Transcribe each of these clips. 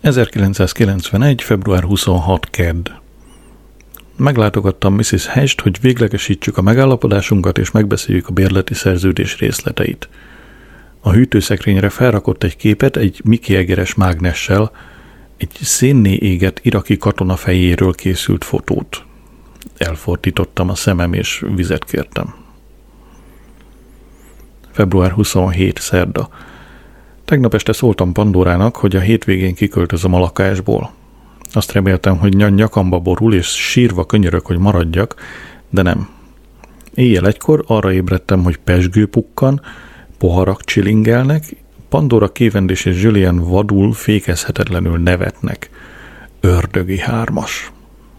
1991. február 26. kedd. Meglátogattam Mrs. Hedge-t, hogy véglegesítsük a megállapodásunkat és megbeszéljük a bérleti szerződés részleteit. A hűtőszekrényre felrakott egy képet egy Mickey Egeres mágnessel, egy szénné égett iraki katona fejéről készült fotót. Elfordítottam a szemem és vizet kértem. Február 27. szerda. Tegnap este szóltam Pandorának, hogy a hétvégén kiköltözöm a lakásból. Azt reméltem, hogy nyakamba borul, és sírva könyörök, hogy maradjak, de nem. Éjjel egykor arra ébredtem, hogy pezsgő pukkan, poharak csilingelnek, Pandora, Cavendish és Julian vadul, fékezhetetlenül nevetnek. Ördögi hármas.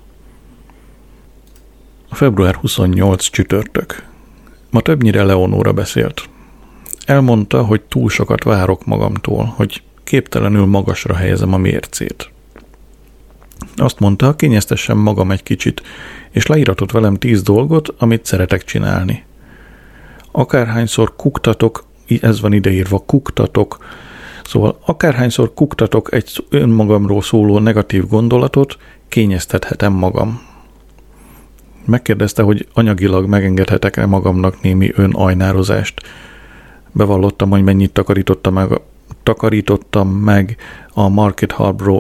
Február 28. csütörtök. Ma többnyire Leonóra beszélt. Elmondta, hogy túl sokat várok magamtól, hogy képtelenül magasra helyezem a mércét. Azt mondta, kényeztessem magam egy kicsit, és leíratott velem 10 dolgot, amit szeretek csinálni. Akárhányszor kuktatok, ez van ideírva, kuktatok, szóval akárhányszor kuktatok egy önmagamról szóló negatív gondolatot, kényeztethetem magam. Megkérdezte, hogy anyagilag megengedhetek-e magamnak némi önajnározást. Bevallottam, hogy mennyit takarítottam meg a Market Harborough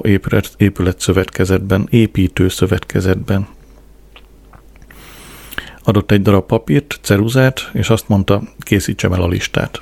építőszövetkezetben. Adott egy darab papírt, ceruzát, és azt mondta, készítsem el a listát.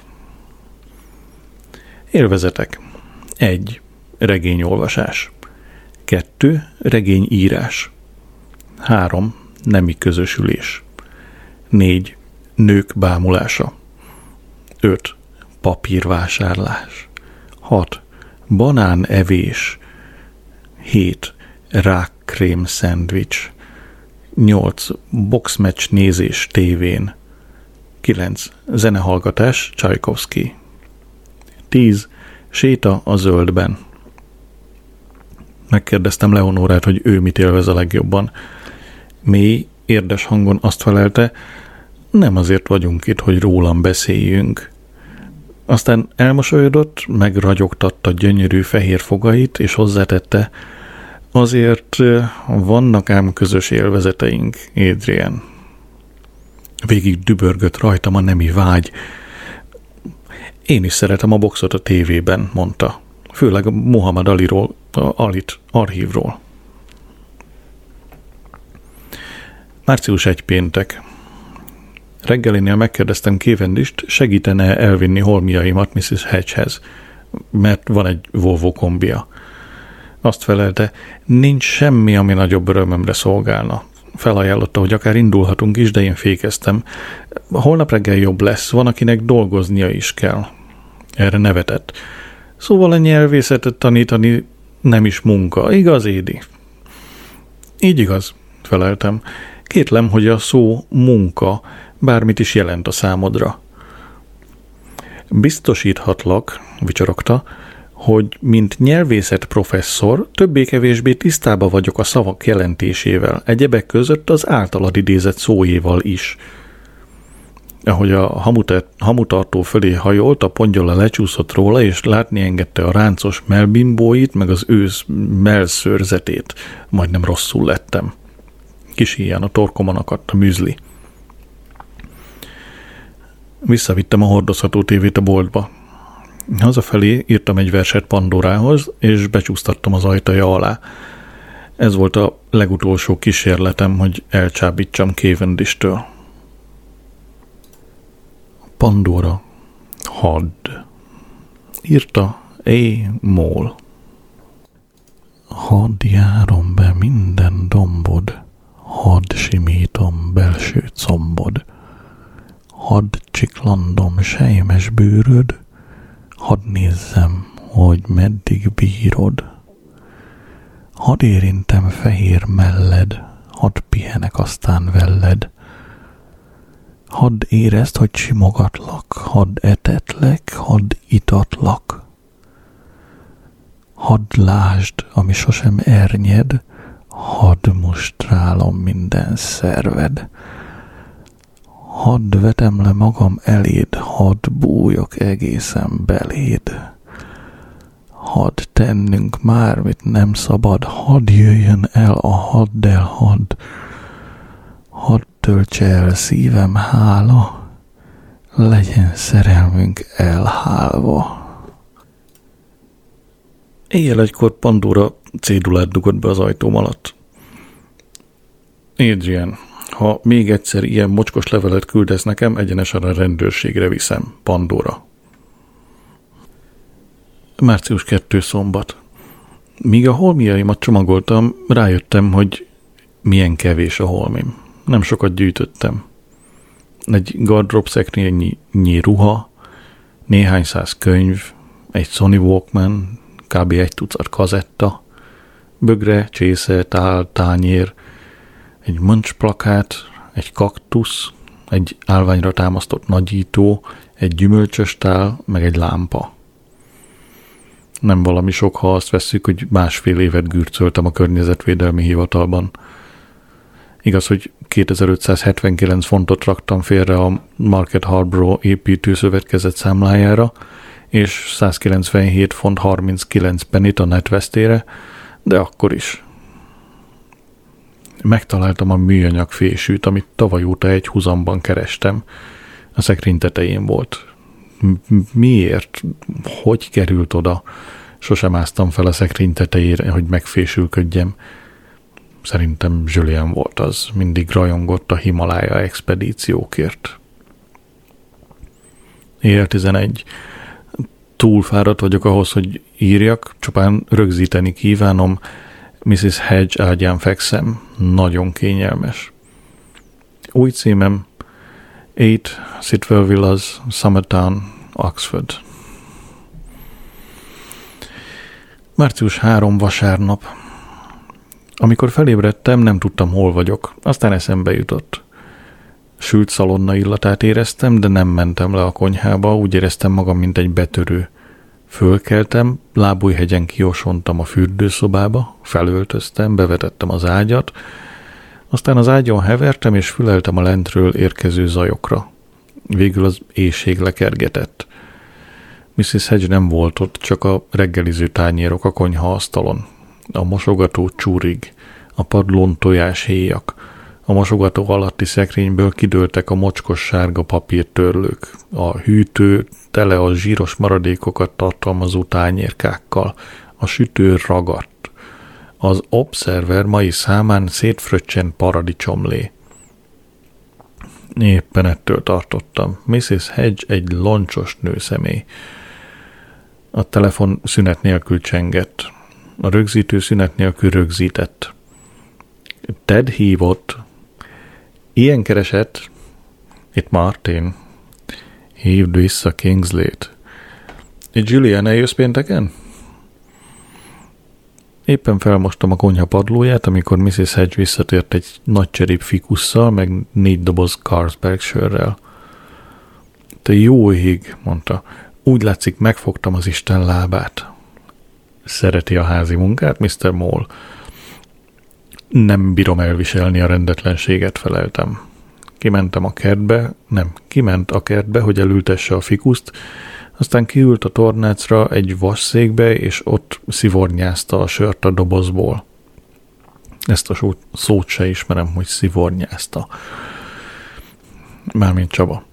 Élvezetek. 1. Regényolvasás. 2. Regényírás. 3. Nemi közösülés. 4. Nők bámulása. 5. Papírvásárlás. 6. Banánevés. 7. Rákkrém szendvics. 8. Boxmatch nézés tévén. 9. Zenehallgatás Csajkovszky. 10. Séta a zöldben. Megkérdeztem Leonórát, hogy ő mit élvez a legjobban. Mély, érdes hangon azt felelte, nem azért vagyunk itt, hogy rólam beszéljünk. Aztán elmosolyodott, megragyogtatta gyönyörű fehér fogait, és hozzátette, azért vannak ám közös élvezeteink, Adrian. Végig dübörgött rajtam a nemi vágy. Én is szeretem a boxot a tévében, mondta. Főleg a Muhammad Aliról, archívról. Március 1. péntek. Reggelinél megkérdeztem Cavendisht, segítene elvinni holmiaimat Mrs. Hedgehez, mert van egy Volvo kombija. Azt felelte, nincs semmi, ami nagyobb örömömre szolgálna. Felajánlotta, hogy akár indulhatunk is, de én fékeztem. Holnap reggel jobb lesz, van, akinek dolgoznia is kell. Erre nevetett. Szóval a nyelvészetet tanítani nem is munka, igaz, Édi? Így igaz, feleltem. Kétlem, hogy a szó munka bármit is jelent a számodra. Biztosíthatlak, vicsorogta, hogy mint nyelvészet professzor többé-kevésbé tisztába vagyok a szavak jelentésével, egyebek között az általad idézett szóéval is. Ahogy a hamutartó fölé hajolt, a pongyola lecsúszott róla, és látni engedte a ráncos mellbimbóit, meg az ősz mellszőrzetét. Majdnem rosszul lettem. Kis híján a torkomon akadt a műzli. Visszavittem a hordozható tévét a boltba. Hazafelé írtam egy verset Pandorához, és becsúsztattam az ajtaja alá. Ez volt a legutolsó kísérletem, hogy elcsábítsam Cavendishtől. Pandora. Hadd. Írta A. Moll. Hadd járom be minden dombod, hadd simítom belső combod, hadd csiklandom sejmes bőröd, hadd nézzem, hogy meddig bírod. Hadd érintem fehér melled, hadd pihenek aztán velled. Hadd érezd, hogy simogatlak, hadd etetlek, hadd itatlak. Hadd lásd, ami sosem ernyed, hadd mustrálom minden szerved. Hadd vetem le magam eléd, hadd bújok egészen beléd. Hadd tennünk már, mit nem szabad, hadd jöjjön el a haddel, hadd töltse el szívem hála, legyen szerelmünk elhálva. Éjjel egykor Pandora cédulát dugott be az ajtóm alatt. Adrian, ha még egyszer ilyen mocskos levelet küldesz nekem, egyenesen a rendőrségre viszem. Pandora. Március 2 szombat. Míg a holmiaimat csomagoltam, rájöttem, hogy milyen kevés a holmim. Nem sokat gyűjtöttem. Egy gardrób szekrénynyi ruha, néhány száz könyv, egy Sony Walkman, kb. 1 tucat kazetta, bögre, csésze, tál, tányér, egy Munch plakát, egy kaktusz, egy állványra támasztott nagyító, egy gyümölcsös tál, meg egy lámpa. Nem valami sok, ha azt vesszük, hogy 1,5 évet gürcöltem a környezetvédelmi hivatalban. Igaz, hogy 2579 fontot raktam félre a Market Harborough építőszövetkezet számlájára, és 197 font 39 pennyt a NetWestére, de akkor is. Megtaláltam a műanyag fésűt, amit tavaly óta egy huzamban kerestem. A szekrény tetején volt. Miért? Hogy került oda? Sosem áztam fel a szekrény tetejére, hogy megfésülködjem. Szerintem Julien volt az. Mindig rajongott a Himalája expedíciókért. Éjjel 11. Túl fáradt vagyok ahhoz, hogy írjak, csupán rögzíteni kívánom. Mrs. Hedge ágyán fekszem. Nagyon kényelmes. Új címem 8 Sitwell Villas, Summertown, Oxford. Március 3 vasárnap. Amikor felébredtem, nem tudtam, hol vagyok. Aztán eszembe jutott. Sült szalonna illatát éreztem, de nem mentem le a konyhába, úgy éreztem magam, mint egy betörő. Fölkeltem, Lábújhegyen kiosontam a fürdőszobába, felöltöztem, bevetettem az ágyat, aztán az ágyon hevertem, és füleltem a lentről érkező zajokra. Végül az éhség lekergetett. Mrs. Hedge nem volt ott, csak a reggeliző tányérok a konyhaasztalon. A mosogató csúrig, a padlón tojáshéjak, a mosogató alatti szekrényből kidőltek a mocskos sárga papírtörlők, a hűtő tele a zsíros maradékokat tartalmazó tányérkákkal, a sütő ragadt, az Observer mai számán szétfröccsent paradicsomlé. Éppen ettől tartottam. Mrs. Hedge egy loncsos nőszemély. A telefon szünet nélkül csengett. A rögzítő szünet nélkül rögzített. Ted hívott. Ilyen keresett. Itt Martin. Hívd vissza Kingsley-t. Julian, eljössz pénteken? Éppen felmostam a konyha padlóját, amikor Mrs. Hedge visszatért egy nagy cserép fikusszal, meg 4 doboz Carlsberg sörrel. Te jó ég, mondta. Úgy látszik, megfogtam az Isten lábát. Szereti a házi munkát, Mr. Mole? Nem bírom elviselni a rendetlenséget, feleltem. Kiment a kertbe, hogy elültesse a fikuszt, aztán kiült a tornácra egy vasszékbe, és ott szivornyázta a sört a dobozból. Ezt a szót se ismerem, hogy szivornyázta. Mármint Csaba.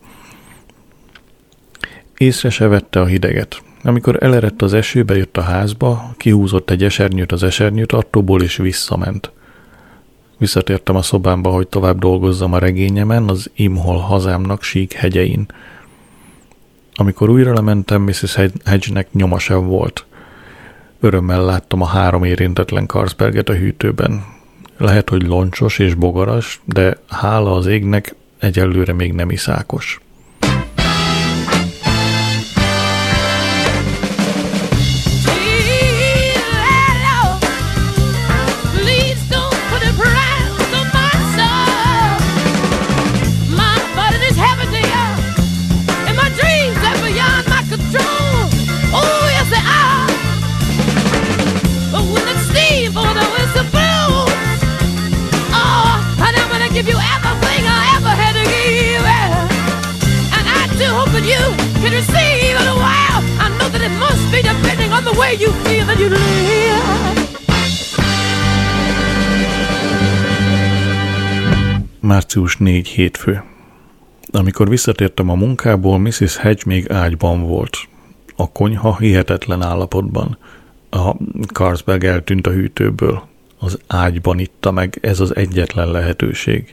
Észre se vette a hideget. Amikor elerett az eső, bejött a házba, kihúzott egy esernyőt az esernyőtartóból, és visszament. Visszatértem a szobámba, hogy tovább dolgozzam a regényemen, az Imhol hazámnak sík hegyein. Amikor újra lementem, Mrs. Hedge-nek nyoma sem volt. Örömmel láttam a 3 érintetlen Carlsberget a hűtőben. Lehet, hogy loncsos és bogaras, de hála az égnek egyelőre még nem iszákos. If you everything I ever had to give, the way you feel that you live. Március 4 hétfő. Amikor visszatértem a munkából, Mrs. Hedge még ágyban volt. A konyha hihetetlen állapotban. A Carlsberg eltűnt a hűtőből. Az ágyban itta meg, ez az egyetlen lehetőség.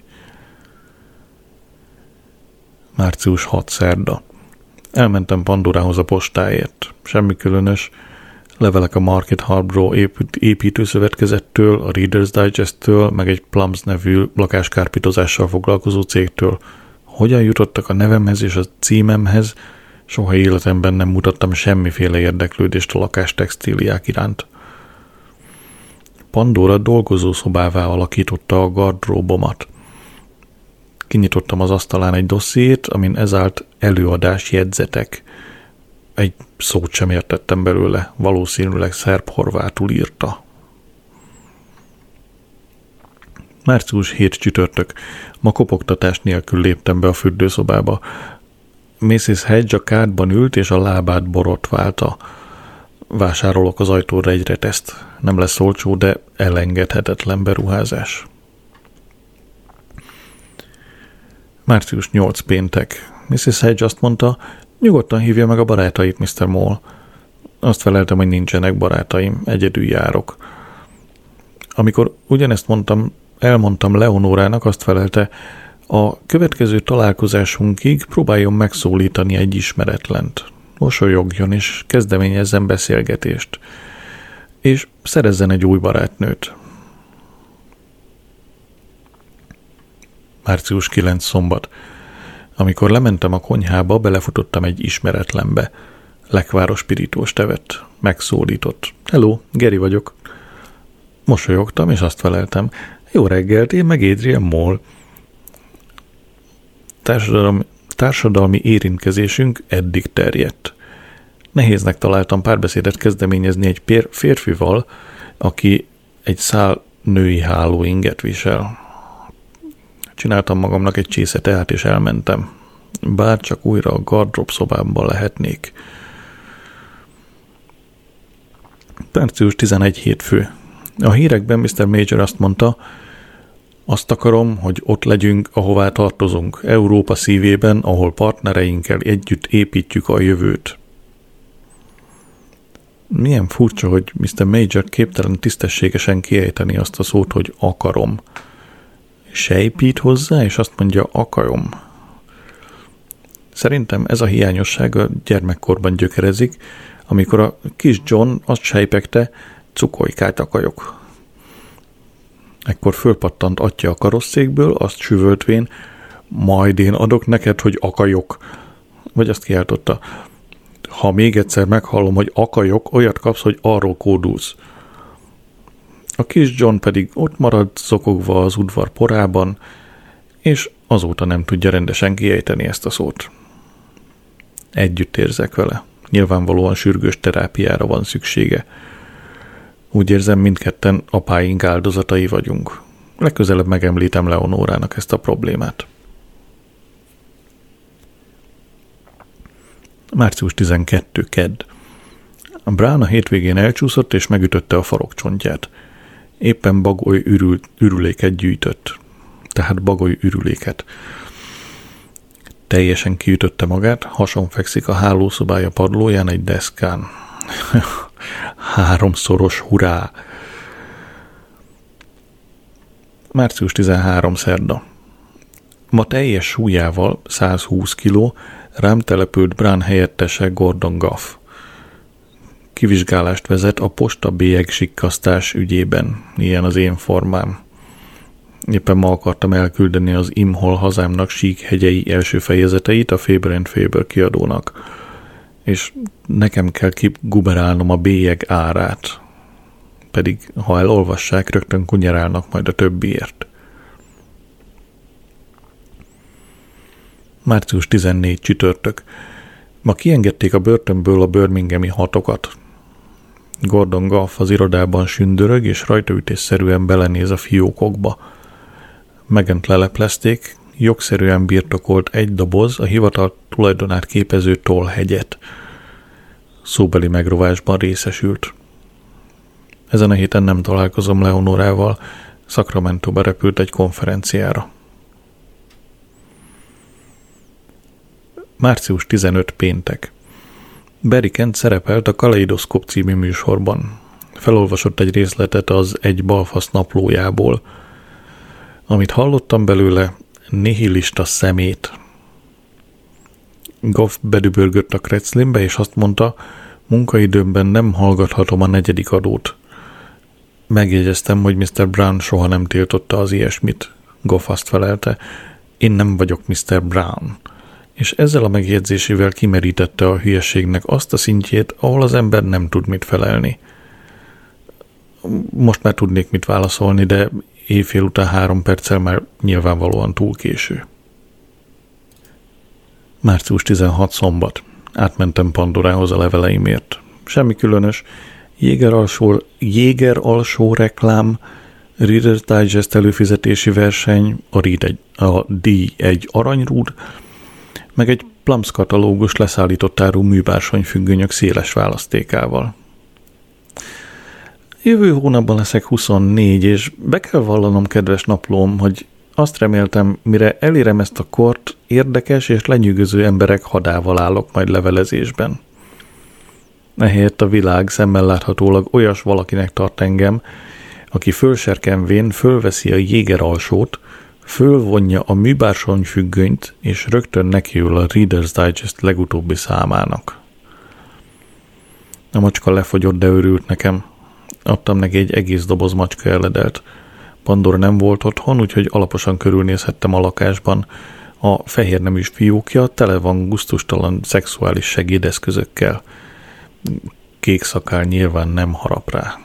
Március 6 szerda. Elmentem Pandorához a postáért. Semmi különös. Levelek a Market Harborough építőszövetkezettől, a Reader's Digest-től, meg egy Plums nevű lakáskárpítozással foglalkozó cégtől. Hogyan jutottak a nevemhez és a címemhez? Soha életemben nem mutattam semmiféle érdeklődést a lakástextíliák iránt. Pandora dolgozószobává alakította a gardróbomat. Kinyitottam az asztalán egy dossziét, amin ezállt előadás jegyzetek. Egy szót sem értettem belőle, valószínűleg szerb-horvátul írta. Március 7 csütörtök. Ma kopogtatás nélkül léptem be a fürdőszobába. Mrs. Hedge a kádban ült, és a lábát borotválta. Vásárolok az ajtóra egy reteszt. Nem lesz olcsó, de elengedhetetlen beruházás. Március 8 péntek. Mrs. Hedge azt mondta, nyugodtan hívja meg a barátait, Mr. Mole. Azt feleltem, hogy nincsenek barátaim, egyedül járok. Amikor ugyanezt elmondtam Leonorának, azt felelte, a következő találkozásunkig próbáljon megszólítani egy ismeretlent. Mosolyogjon és kezdeményezzen beszélgetést. És szerezzen egy új barátnőt. Március 9 szombat. Amikor lementem a konyhába, belefutottam egy ismeretlenbe. Lekváros pirítóst evett. Megszólított. Hello, Geri vagyok. Mosolyogtam, és azt feleltem. Jó reggelt, én meg Adrian Mole. Társadalmi érintkezésünk eddig terjedt. Nehéznek találtam párbeszédet kezdeményezni egy férfival, aki egy szál női hálóinget visel. Csináltam magamnak egy csésze teát, és elmentem. Bár csak újra a gardrób szobámban lehetnék. Március 11 hétfő. A hírekben Mr. Major azt mondta, azt akarom, hogy ott legyünk, ahová tartozunk, Európa szívében, ahol partnereinkkel együtt építjük a jövőt. Milyen furcsa, hogy Mr. Major képtelen tisztességesen kiejteni azt a szót, hogy akarom. Sejpít hozzá, és azt mondja, akarom. Szerintem ez a hiányosság a gyermekkorban gyökerezik, amikor a kis John azt sejpegte, cukolykát akarok. Ekkor fölpattant atya a karosszékből, azt süvöltvén, majd én adok neked, hogy akajok. Vagy azt kiáltotta, ha még egyszer meghallom, hogy akajok, olyat kapsz, hogy arról kódulsz. A kis John pedig ott maradt zokogva az udvar porában, és azóta nem tudja rendesen kiejteni ezt a szót. Együtt érzek vele. Nyilvánvalóan sürgős terápiára van szüksége. Úgy érzem, mindketten apáink áldozatai vagyunk. Legközelebb megemlítem Leonorának ezt a problémát. Március 12. kedd. Brown a hétvégén elcsúszott, és megütötte a farokcsontját. Éppen bagoly ürüléket gyűjtött. Tehát bagoly ürüléket. Teljesen kiütötte magát, hason fekszik a hálószobája padlóján egy deszkán. 3-szoros hurrá! Március 13. szerda. Ma teljes súlyával 120 kiló rám települt Brown helyettese Gordon Goff. Kivizsgálást vezet a postabélyeg sikkasztás ügyében. Ilyen az én formám. Éppen ma akartam elküldeni az Imhol hazámnak sík hegyei első fejezeteit a Faber & Faber kiadónak. És nekem kell kiguberálnom a bélyeg árát. Pedig, ha elolvassák, rögtön kunyerálnak majd a többiért. Március 14. csütörtök. Ma kiengedték a börtönből a birminghami hatokat. Gordon Goff az irodában sündörög, és rajtaütésszerűen belenéz a fiókokba. Megent leleplezték, jogszerűen birtokolt egy doboz a hivatal tulajdonát képező tollhegyet. szóbeli megrovásban részesült. Ezen a héten nem találkozom Leonorával, Sacramentóba repült egy konferenciára. Március 15 péntek. Barry Kent szerepelt a Kaleidoszkóp című műsorban. Felolvasott egy részletet az Egy balfasz naplójából. Amit hallottam belőle, nihilista szemét. Goff bedübörgött a kreclimbe, és azt mondta, munkaidőmben nem hallgathatom a 4. adót. Megjegyeztem, hogy Mr. Brown soha nem tiltotta az ilyesmit. Goff azt felelte, én nem vagyok Mr. Brown. És ezzel a megjegyzésével kimerítette a hülyeségnek azt a szintjét, ahol az ember nem tud mit felelni. Most már tudnék mit válaszolni, de éjfél után 3 perccel már nyilvánvalóan túl késő. Március 16 szombat. Átmentem Pandorához a leveleimért. Semmi különös. Jéger alsó reklám, Reader's Digest előfizetési verseny, a díj egy aranyrúd, meg egy Plums katalógus leszállított áru műbársonyfüggönyök széles választékával. Jövő hónapban leszek 24, és be kell vallanom, kedves naplóm, hogy azt reméltem, mire elérem ezt a kort, érdekes és lenyűgöző emberek hadával állok majd levelezésben. Ehelyett a világ szemmel láthatólag olyas valakinek tart engem, aki fölserkenvén fölveszi a Jéger alsót, fölvonja a műbársonyfüggönyt, és rögtön nekiül a Reader's Digest legutóbbi számának. A macska lefogyott, de örült nekem. Adtam neki egy egész doboz macska eledelt. Pandora nem volt otthon, úgyhogy alaposan körülnézhettem a lakásban. A fehér neműs fiókja tele van gusztustalan szexuális segédeszközökkel. Kék szakál nyilván nem harap rá.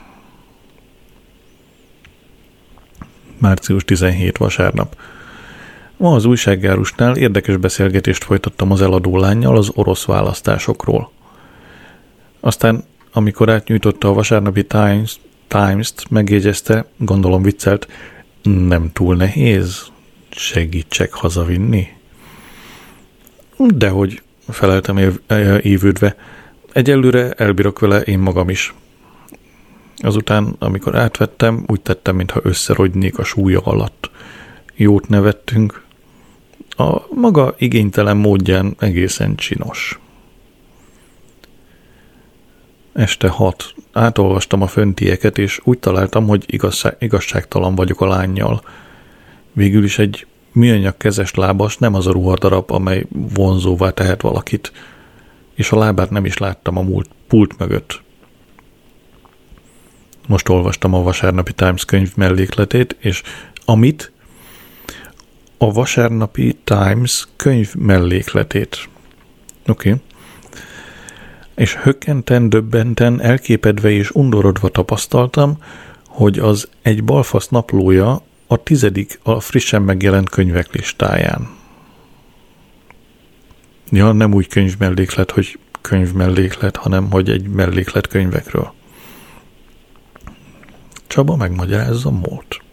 Március 17 vasárnap. Ma az újsággárusnál érdekes beszélgetést folytattam az eladó lánnyal az orosz választásokról. Aztán, amikor átnyújtotta a vasárnapi Times-t, megjegyezte, gondolom viccelt, nem túl nehéz, segítsek hazavinni. Dehogy, feleltem évődve, egyelőre elbírok vele én magam is. Azután, amikor átvettem, úgy tettem, mintha összerogynék a súlya alatt. Jót nevettünk. A maga igénytelen módján egészen csinos. Este 6. Átolvastam a föntieket, és úgy találtam, hogy igazságtalan vagyok a lánnyal. Végül is egy műanyag kezes lábas nem az a ruhadarab, amely vonzóvá tehet valakit, és a lábát nem is láttam a pult mögött. Most olvastam a vasárnapi Times könyv mellékletét, és amit? A vasárnapi Times könyv mellékletét. Oké. És hökkenten, döbbenten, elképedve és undorodva tapasztaltam, hogy az Egy balfasz naplója a 10. a frissen megjelent könyvek listáján. Ja, nem úgy könyvmelléklet, hogy könyvmelléklet, hanem hogy egy melléklet könyvekről. Csaba megmagyarázza múlt.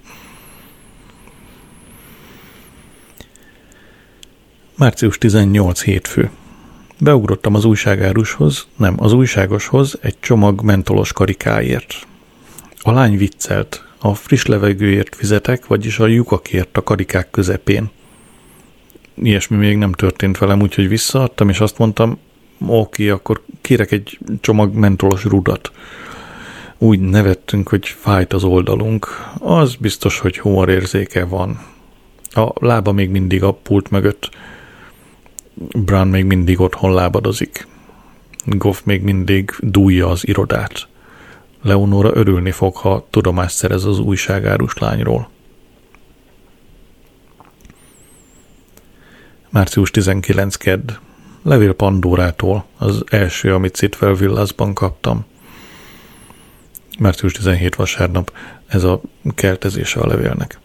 Március 18 hétfő. Beugrottam az az újságoshoz egy csomag mentolos karikáért. A lány viccelt, a friss levegőért fizetek, vagyis a lyukakért a karikák közepén. Ilyesmi még nem történt velem, úgyhogy visszaadtam, és azt mondtam, oké, akkor kérek egy csomag mentolos rudat. Úgy nevettünk, hogy fájt az oldalunk. Az biztos, hogy humorérzéke van. A lába még mindig a pult mögött. Brown még mindig otthon lábadozik. Goff még mindig dúlja az irodát. Leonora örülni fog, ha tudomást szerez az újságárus lányról. Március 19 kedd. Levél Pandórától, az első, amit Sitwell Villasban kaptam. Március 17 vasárnap, ez a keltezése a levélnek.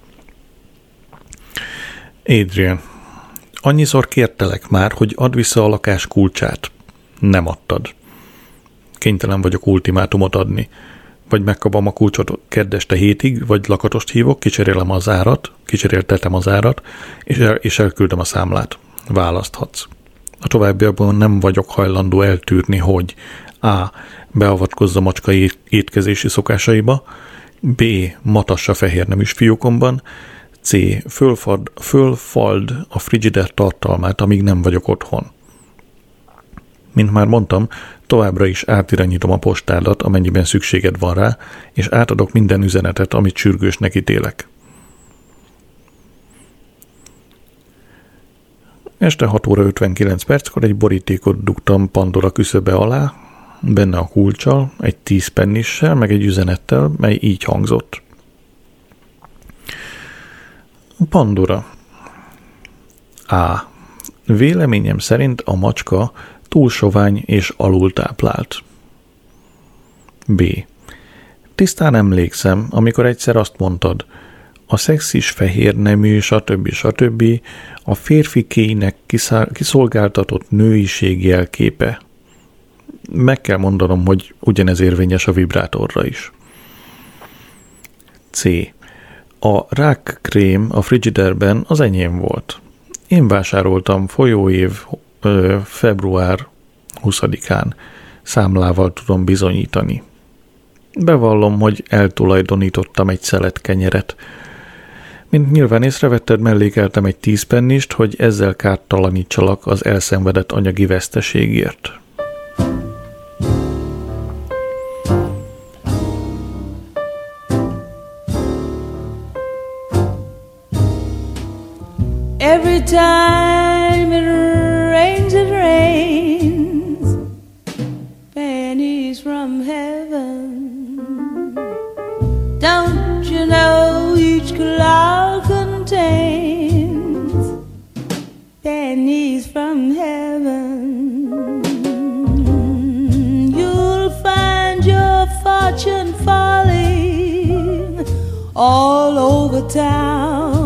Adrian, annyiszor kértelek már, hogy add vissza a lakás kulcsát. Nem adtad. Kénytelen vagyok ultimátumot adni. Vagy megkapom a kulcsot kedd este 7-ig, vagy lakatost hívok, kicseréltetem az árat, és elküldöm a számlát. Választhatsz. A továbbiakban nem vagyok hajlandó eltűrni, hogy A. Beavatkozz a macska étkezési szokásaiba. B. Matassa fehérneműs fiókomban. C. Fölfald a frigider tartalmát, amíg nem vagyok otthon. Mint már mondtam, továbbra is átirányítom a postádat, amennyiben szükséged van rá, és átadok minden üzenetet, amit sürgősnek ítélek. Este 6 óra 59 perckor egy borítékot dugtam Pandora küszöbe alá, benne a kulccsal, egy 10 pennissel, meg egy üzenettel, mely így hangzott. Pandora. A. Véleményem szerint a macska túl sovány és alultáplált. B. Tisztán emlékszem, amikor egyszer azt mondtad, a szexis fehér nemű, stb. A férfikéinek kiszolgáltatott nőiség jelképe. Meg kell mondanom, hogy ugyanez érvényes a vibrátorra is. C. A rákkrém a frigiderben az enyém volt. Én vásároltam folyóév február 20-án. Számlával tudom bizonyítani. Bevallom, hogy eltulajdonítottam egy szelet kenyeret. Mint nyilván észrevetted, mellékeltem egy 10 pennist, hogy ezzel kártalanítsalak az elszenvedett anyagi veszteségért. Every time it rains, pennies from heaven. Don't you know each cloud contains pennies from heaven? You'll find your fortune falling all over town.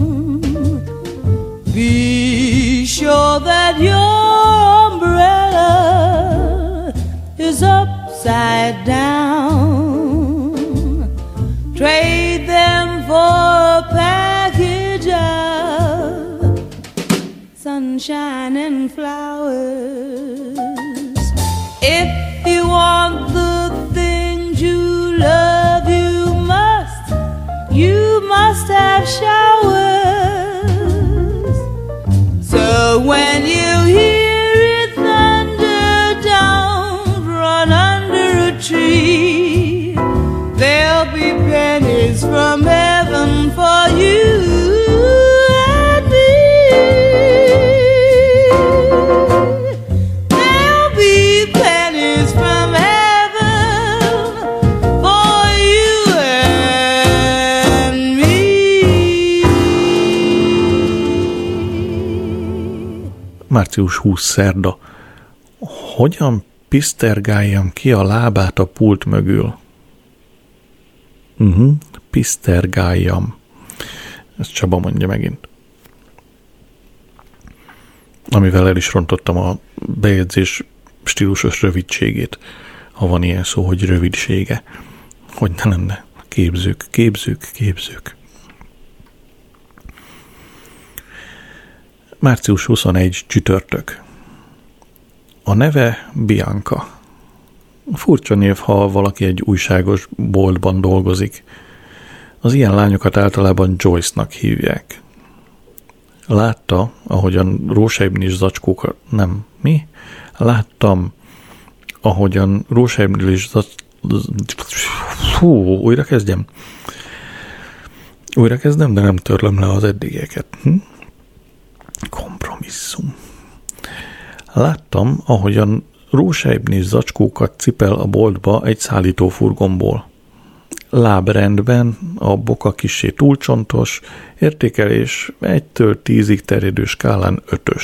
Be sure that your umbrella is upside down. Trade them for a package of sunshine and flowers. If you want the things you love, you must have showers. So when you hear it thunder, don't run under a tree. There'll be pennies from heaven for you and me. There'll be pennies from heaven for you and me. Március 20 szerda. Hogyan pisztergáljam ki a lábát a pult mögül? Pisztergáljam. Ezt Csaba mondja megint. Amivel el is rontottam a bejegyzés stílusos rövidségét. Ha van ilyen szó, hogy rövidsége. Hogy ne lenne. Képzők. Március 21 csütörtök. A neve Bianca. Furcsa név, ha valaki egy újságos boltban dolgozik. Az ilyen lányokat általában Joyce-nak hívják. Látta, ahogyan rózsebnis zacskókat... Nem, mi? Láttam, ahogyan rózsebnis újra kezdem, de nem törlöm le az eddigeket. Kompromisszum. Láttam, ahogyan rózsebnis zacskókat cipel a boltba egy szállítófurgonból. Lábrendben, a boka kissé túlcsontos, értékelés 1-től 10-ig terjedő skálán 5-ös.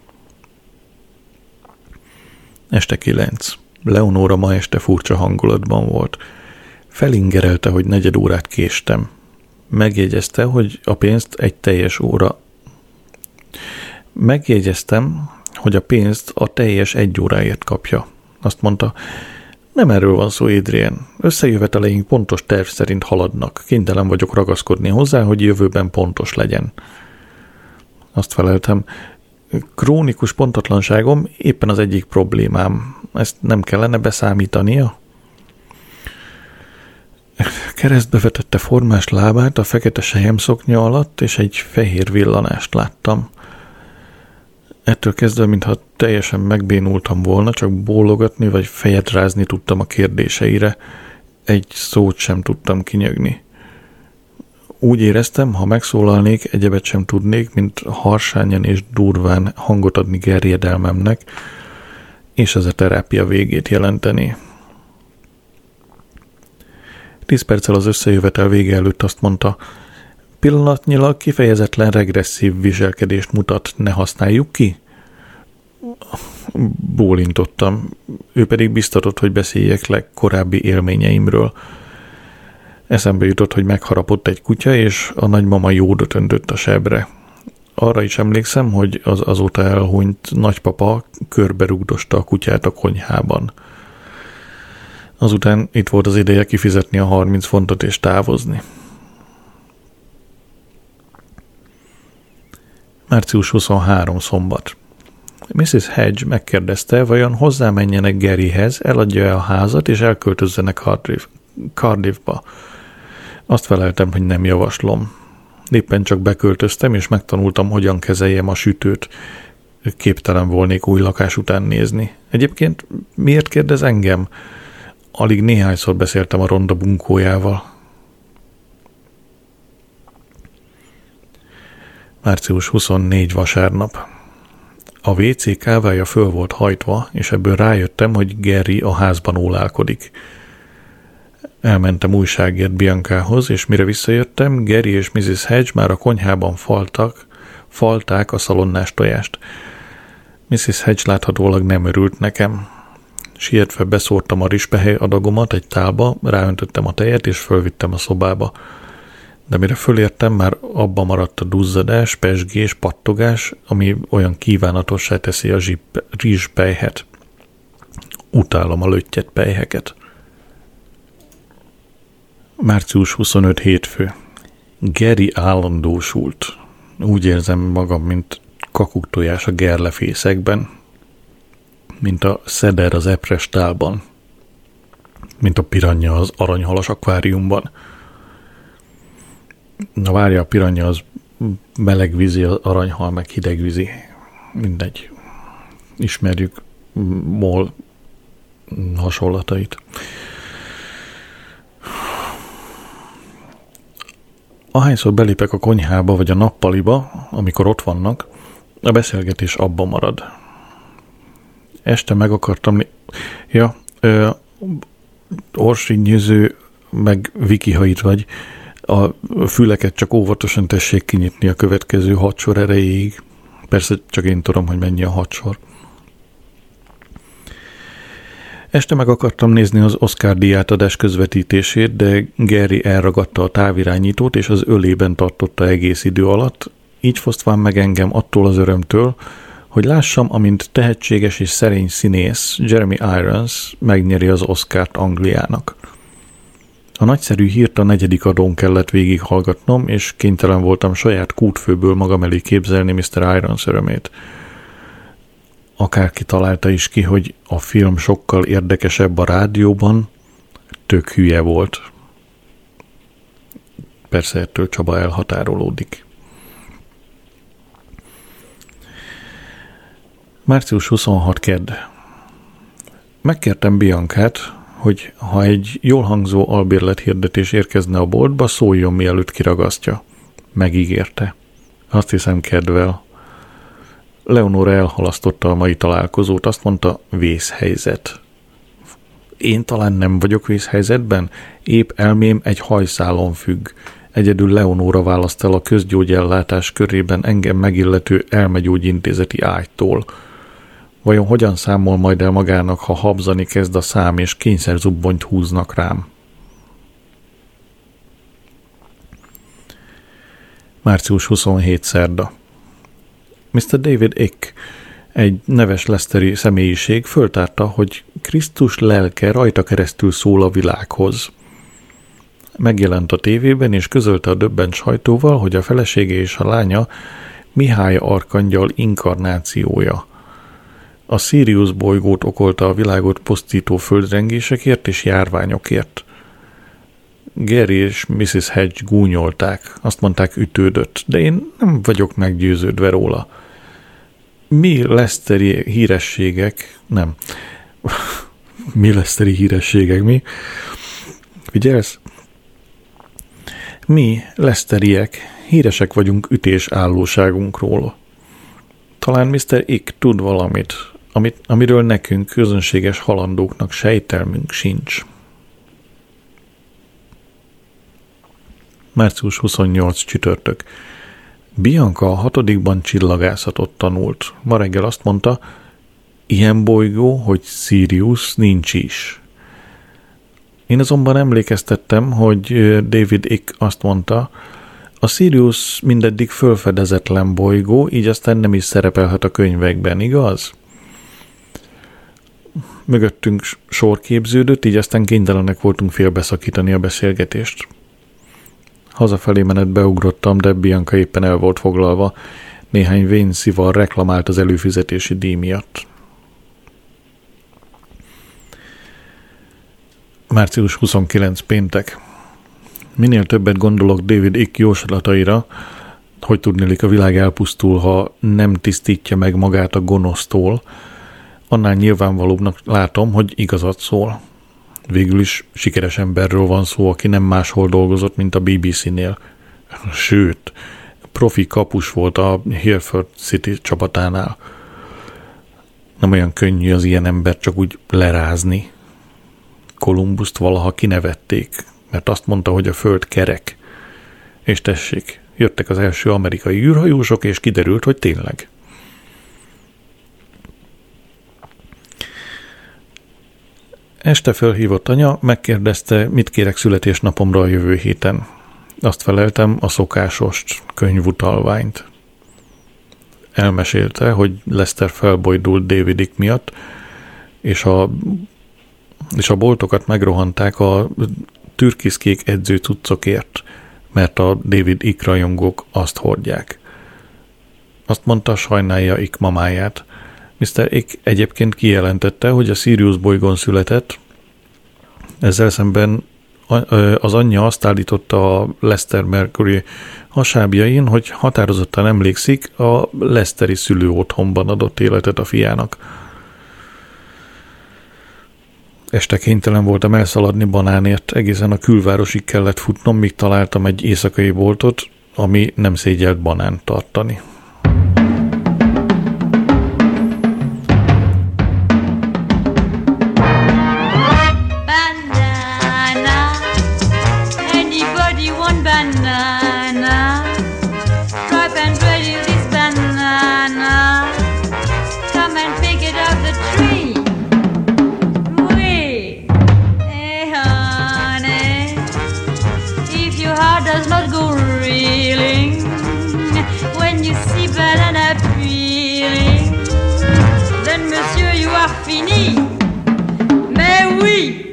Este 9. Leonóra ma este furcsa hangulatban volt. Felingerelte, hogy 4 órát késtem. Megjegyezte, hogy a pénzt egy teljes óra... Megjegyeztem, hogy a pénzt a teljes 1 óráért kapja. Azt mondta, nem erről van szó, Adrian. Összejöveteleink pontos terv szerint haladnak. Kénytelen vagyok ragaszkodni hozzá, hogy jövőben pontos legyen. Azt feleltem, krónikus pontatlanságom éppen az egyik problémám. ezt nem kellene beszámítania? Keresztbe vetette formás lábát a fekete selyemszoknya alatt, és egy fehér villanást láttam. Ettől kezdve, mintha teljesen megbénultam volna, csak bólogatni vagy fejet rázni tudtam a kérdéseire. Egy szót sem tudtam kinyögni. Úgy éreztem, ha megszólalnék, egyebet sem tudnék, mint harsányan és durván hangot adni gerjedelmemnek, és ez a terápia végét jelenteni. 10 perccel az összejövetel vége előtt azt mondta, pillanatnyilag kifejezetlen regresszív viselkedést mutat, ne használjuk ki? Bólintottam, ő pedig biztatott, hogy beszéljek legkorábbi élményeimről. Eszembe jutott, hogy megharapott egy kutya, és a nagymama jódot öntött a sebre. Arra is emlékszem, hogy az azóta elhunyt nagypapa körberugdosta a kutyát a konyhában. Azután itt volt az ideje kifizetni a 30 fontot és távozni. Március 23. szombat. Mrs. Hedge megkérdezte, vajon hozzámenjenek Garyhez, eladja-e a házat, és elköltözzenek Cardiffba. Azt feleltem, hogy nem javaslom. Éppen csak beköltöztem, és megtanultam, hogyan kezeljem a sütőt. Képtelen volnék új lakás után nézni. Egyébként miért kérdez engem? Alig néhányszor beszéltem a ronda bunkójával. Március 24. vasárnap. A WC kávája föl volt hajtva, és ebből rájöttem, hogy Gary a házban ólálkodik. Elmentem újságért Biancához, és mire visszajöttem, Gary és Mrs. Hedge már a konyhában falták a szalonnás tojást. Mrs. Hedge láthatólag nem örült nekem. Sietve beszórtam a rizspehely adagomat egy tálba, ráöntöttem a tejet, és fölvittem a szobába. De mire fölértem, már abba maradt a duzzadás, pezsgés, pattogás, ami olyan kívánatossá teszi a rizspelyhet. Utálom a löttyet pelyheket. Március 25. hétfő. Gary állandósult. Úgy érzem magam, mint kakuktojás a gerlefészekben, mint a szeder az eprestálban, mint a piranya az aranyhalas akváriumban. Na várja, a piranya az melegvízi, az aranyhal meg hidegvízi. Mindegy. Ismerjük MOL hasonlatait. Ahányszor belépek a konyhába vagy a nappaliba, amikor ott vannak, a beszélgetés abba marad. Este meg akartam... Orsinyűző, meg Viki, ha itt vagy, a füleket csak óvatosan tessék kinyitni a következő 6 sor erejéig. Persze csak én tudom, hogy mennyi a 6 sor. Este meg akartam nézni az Oscar-díj átadás közvetítését, de Gary elragadta a távirányítót, és az ölében tartotta egész idő alatt, így fosztván meg engem attól az örömtől, hogy lássam, amint tehetséges és szerény színész Jeremy Irons megnyeri az Oscart Angliának. A nagyszerű hírt a 4. adón kellett végighallgatnom, és kénytelen voltam saját kútfőből magam elé képzelni Mr. Irons örömét. Akárki találta is ki, hogy a film sokkal érdekesebb a rádióban, tök hülye volt. Persze ettől Csaba elhatárolódik. Március 26. kedd. Megkértem Biancát, hogy ha egy jól hangzó albérlethirdetés érkezne a boltba, szóljon, mielőtt kiragasztja. Megígérte. Azt hiszem, kedvel. Leonora elhalasztotta a mai találkozót, azt mondta, vészhelyzet. Én talán nem vagyok vészhelyzetben? Épp elmém egy hajszálon függ. Egyedül Leonora választ el a közgyógyellátás körében engem megillető elmegyógyintézeti ágytól. Vajon hogyan számol majd el magának, ha habzani kezd a szám, és kényszerzubbonyt húznak rám? Március 27. szerda. Mr. David Icke, egy neves leicesteri személyiség föltárta, hogy Krisztus lelke rajta keresztül szól a világhoz. Megjelent a tévében, és közölte a döbbent sajtóval, hogy a felesége és a lánya Mihály arkangyal inkarnációja. A Sirius bolygót okolta a világot pusztító földrengésekért és járványokért. Gary és Mrs. Hedge gúnyolták, azt mondták ütődött, de én nem vagyok meggyőződve róla. Mi Lesteri hírességek, nem. Mi Lesteri hírességek, mi? Figyelsz? Mi Lesteriek híresek vagyunk ütésállóságunkról. Talán Mr. Ick tud valamit, amiről nekünk, közönséges halandóknak sejtelmünk sincs. Március 28 csütörtök. Bianca a 6. csillagászatot tanult. Ma reggel azt mondta, ilyen bolygó, hogy Sirius nincs is. Én azonban emlékeztettem, hogy David Icke azt mondta, a Sirius mindeddig fölfedezetlen bolygó, így aztán nem is szerepelhet a könyvekben, igaz? Mögöttünk sor képződött, így aztán kénytelenek voltunk félbeszakítani a beszélgetést. Hazafelé menet beugrottam, de Bianca éppen el volt foglalva. Néhány vénszival reklamált az előfizetési díj miatt. Március 29 péntek. Minél többet gondolok David Icke jóslataira, hogy tudnélik a világ elpusztul, ha nem tisztítja meg magát a gonosztól, annál nyilvánvalóbbnak látom, hogy igazat szól. Végül is sikeres emberről van szó, aki nem máshol dolgozott, mint a BBC-nél. Sőt, profi kapus volt a Hereford City csapatánál. Nem olyan könnyű az ilyen ember csak úgy lerázni. Columbust valaha kinevették, mert azt mondta, hogy a föld kerek. És tessék, jöttek az első amerikai űrhajósok, és kiderült, hogy tényleg. Este fölhívott anya, megkérdezte, mit kérek születésnapomra a jövő héten. Azt feleltem, a szokásost, könyvutalványt. Elmesélte, hogy Lester felbojdult David Icke miatt, és a boltokat megrohanták a türkiszkék edzőcuccokért, mert a David Icke rajongók azt hordják. Azt mondta, sajnálja Icke mamáját. Mr. Icke egyébként kijelentette, hogy a Sirius bolygón született. Ezzel szemben az anyja azt állította a Lester Mercury hasábjain, hogy határozottan emlékszik, a Lesteri szülő otthonban adott életet a fiának. Este kénytelen voltam elszaladni banánért, egészen a külvárosig kellett futnom, míg találtam egy éjszakai boltot, ami nem szégyelt banánt tartani. Fini. Mais oui.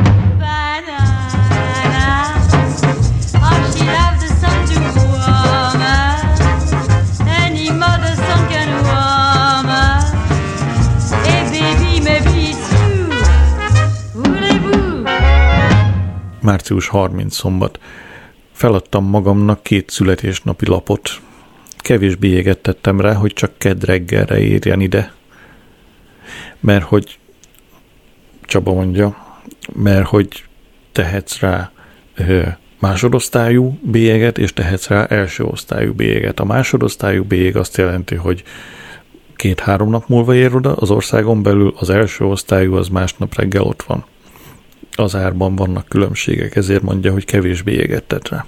Banana. Oh, she loves the sun to warm her. Any mother's son can warm her. Hey baby, maybe it's you. Voulez-vous? Március 30 szombat. Feladtam magamnak 2 születésnapi lapot. Kevés bélyeget tettem rá, hogy csak kedd reggelre érjen ide. Mert hogy Csaba mondja, mert hogy tehetsz rá másodosztályú bélyeget, és tehetsz rá első osztályú bélyeget. A másodosztályú bélyeg azt jelenti, hogy 2-3 nap múlva ér oda az országon belül, az első osztályú az másnap reggel ott van. Az árban vannak különbségek, ezért mondja, hogy kevés bélyeget tett rá.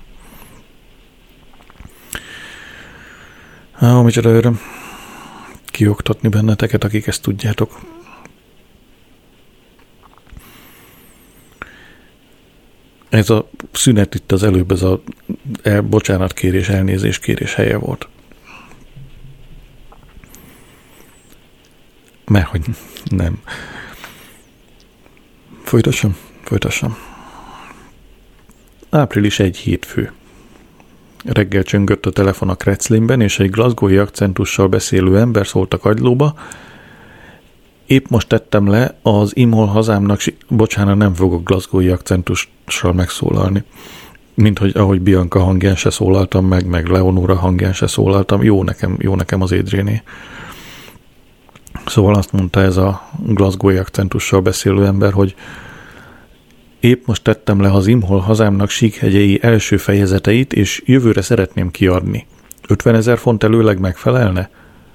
Micsoda öröm kioktatni benneteket, akik ezt tudjátok. Ez a szünet itt az előbb, ez a bocsánatkérés, elnézéskérés helye volt. Mert hogy nem. Folytassam. Április 1 hétfő. Reggel csöngött a telefon a kreclimben, és egy glasgowi akcentussal beszélő ember szólt a kagylóba. Épp most tettem le az Imhol hazámnak, bocsánat, nem fogok glasgowi akcentussal megszólalni, mint hogy ahogy Bianca hangján se szólaltam meg Leonora hangján se szólaltam, jó nekem az Adriané. Szóval azt mondta ez a glasgowi akcentussal beszélő ember, hogy épp most tettem le az Imhol hazámnak síkhegyei első fejezeteit, és jövőre szeretném kiadni. 50 000 font előleg megfelelne?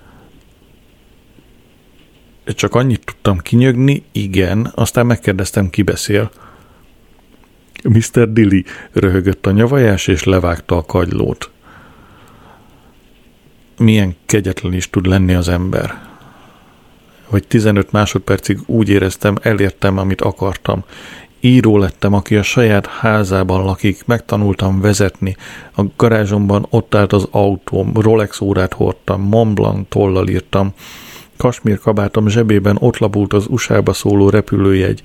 Csak annyit tudtam kinyögni, igen, aztán megkérdeztem, ki beszél. Mr. Dilly, röhögött a nyavajás, és levágta a kagylót. Milyen kegyetlen is tud lenni az ember. Hogy 15 másodpercig úgy éreztem, elértem, amit akartam. Író lettem, aki a saját házában lakik, megtanultam vezetni. A garázsomban ott állt az autóm, Rolex órát hordtam, Mont Blanc tollal írtam, kasmír kabátom zsebében ott labult az USA-ba szóló repülőjegy.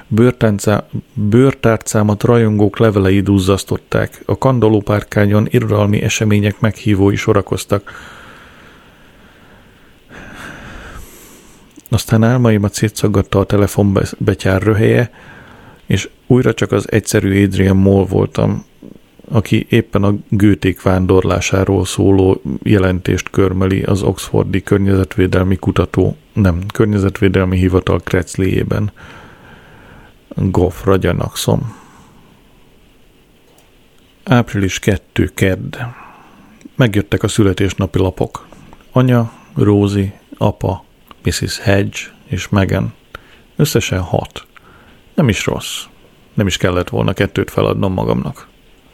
Bőrtárcámat rajongók levelei duzzasztották. A kandallópárkányon irodalmi események meghívói sorakoztak. Aztán álmaimat szétszaggatta a telefonbetyár röhelye, és újra csak az egyszerű Adrian Mole voltam, aki éppen a Goethék vándorlásáról szóló jelentést körmeli az Oxfordi környezetvédelmi hivatal krecléjében. Goff Ragyanakszom. Április 2. kedd. Megjöttek a születésnapi lapok. Anya, Rosie, apa, Mrs. Hedge és Megan. Összesen 6. Nem is rossz. Nem is kellett volna 2 feladnom magamnak.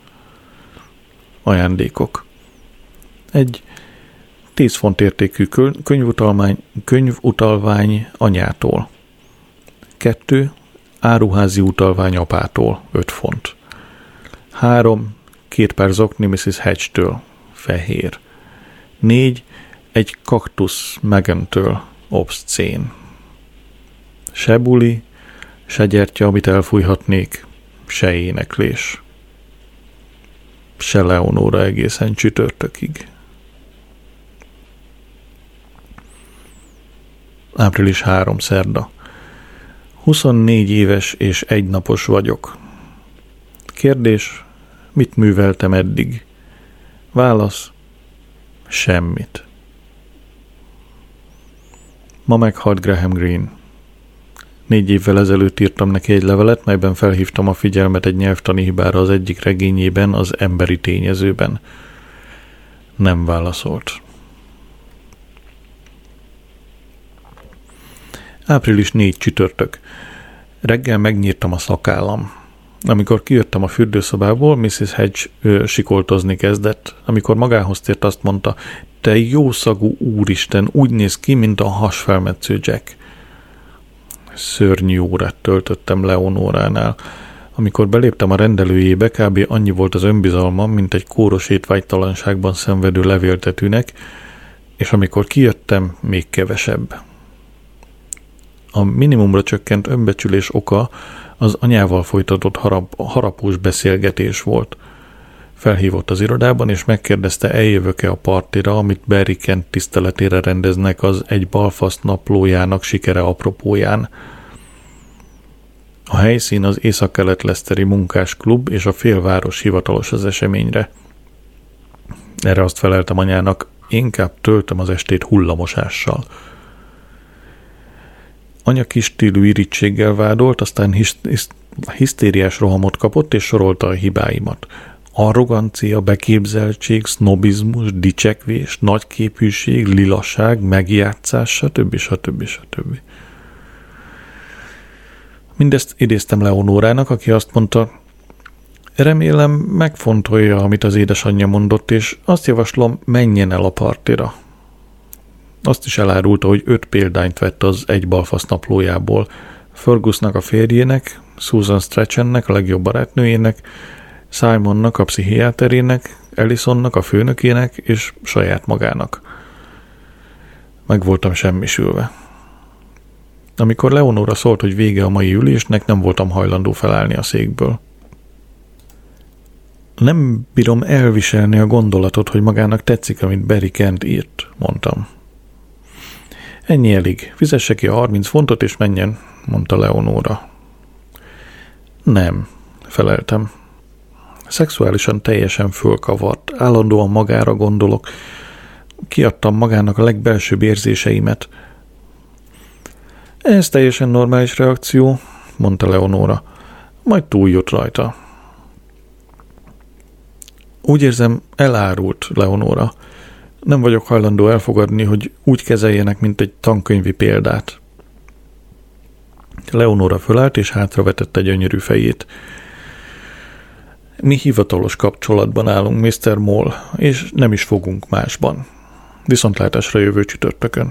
Ajándékok. Egy 10 font értékű könyvutalvány anyától. 2 áruházi utalvány apától, 5 font. 3 2 pár zokni Mrs. Hedge-től, fehér. 4 egy kaktusz Megan-től, obszcén. Se buli, se gyertya, amit elfújhatnék, se éneklés. Se Leonora egészen csütörtökig. Április 3. szerda. 24 éves és 1 napos vagyok. Kérdés, mit műveltem eddig? Válasz, semmit. Ma meghalt Graham Greene. 4 évvel ezelőtt írtam neki egy levelet, melyben felhívtam a figyelmet egy nyelvtani hibára az egyik regényében, az emberi tényezőben. Nem válaszolt. Április 4. csütörtök. Reggel megnyírtam a szakállam. Amikor kijöttem a fürdőszobából, Mrs. Hedge sikoltozni kezdett. Amikor magához tért, azt mondta, te jószagú úristen, úgy néz ki, mint a hasfelmetsző Jack. Szörnyű órát töltöttem Leonoránál. Amikor beléptem a rendelőjébe, kb. Annyi volt az önbizalmam, mint egy kóros étvágytalanságban szenvedő levéltetőnek, és amikor kijöttem, még kevesebb. A minimumra csökkent önbecsülés oka az anyával folytatott harapós beszélgetés volt. Felhívott az irodában, és megkérdezte, eljövök-e a partira, amit Barry Kent tiszteletére rendeznek az Egy balfasz naplójának sikere apropóján. A helyszín az Észak-Kelet-Leicesteri munkásklub, és a félváros hivatalos az eseményre. Erre azt feleltem anyának, inkább töltöm az estét hullamosással. Anya kis stílű irítséggel vádolt, aztán hisztériás rohamot kapott, és sorolta a hibáimat. Arrogancia, beképzeltség, sznobizmus, dicsekvés, nagyképűség, lilasság, megjátszás, stb. Mindezt idéztem Leonorának, aki azt mondta, remélem megfontolja, amit az édesanyja mondott, és azt javaslom, menjen el a partira. Azt is elárulta, hogy 5 példányt vett az Egy balfasz naplójából. Fergusnak a férjének, Susan Strachannek, a legjobb barátnőjének, Simonnak, a pszichiáterének, Allisonnak, a főnökének, és saját magának. Meg voltam semmisülve. Amikor Leonora szólt, hogy vége a mai ülésnek, nem voltam hajlandó felállni a székből. Nem bírom elviselni a gondolatot, hogy magának tetszik, amit Barry Kent írt, mondtam. Ennyi elég. Fizesse ki a 30 fontot, és menjen, mondta Leonóra. Nem, feleltem. Szexuálisan teljesen fölkavart, állandóan magára gondolok. Kiadtam magának a legbelsőbb érzéseimet. Ez teljesen normális reakció, mondta Leonóra. Majd túljut rajta. Úgy érzem, elárult, Leonóra. Nem vagyok hajlandó elfogadni, hogy úgy kezeljenek, mint egy tankönyvi példát. Leonóra fölállt, és hátravetette gyönyörű fejét. Mi hivatalos kapcsolatban állunk, Mr. Moll, és nem is fogunk másban. Viszontlátásra jövő csütörtökön.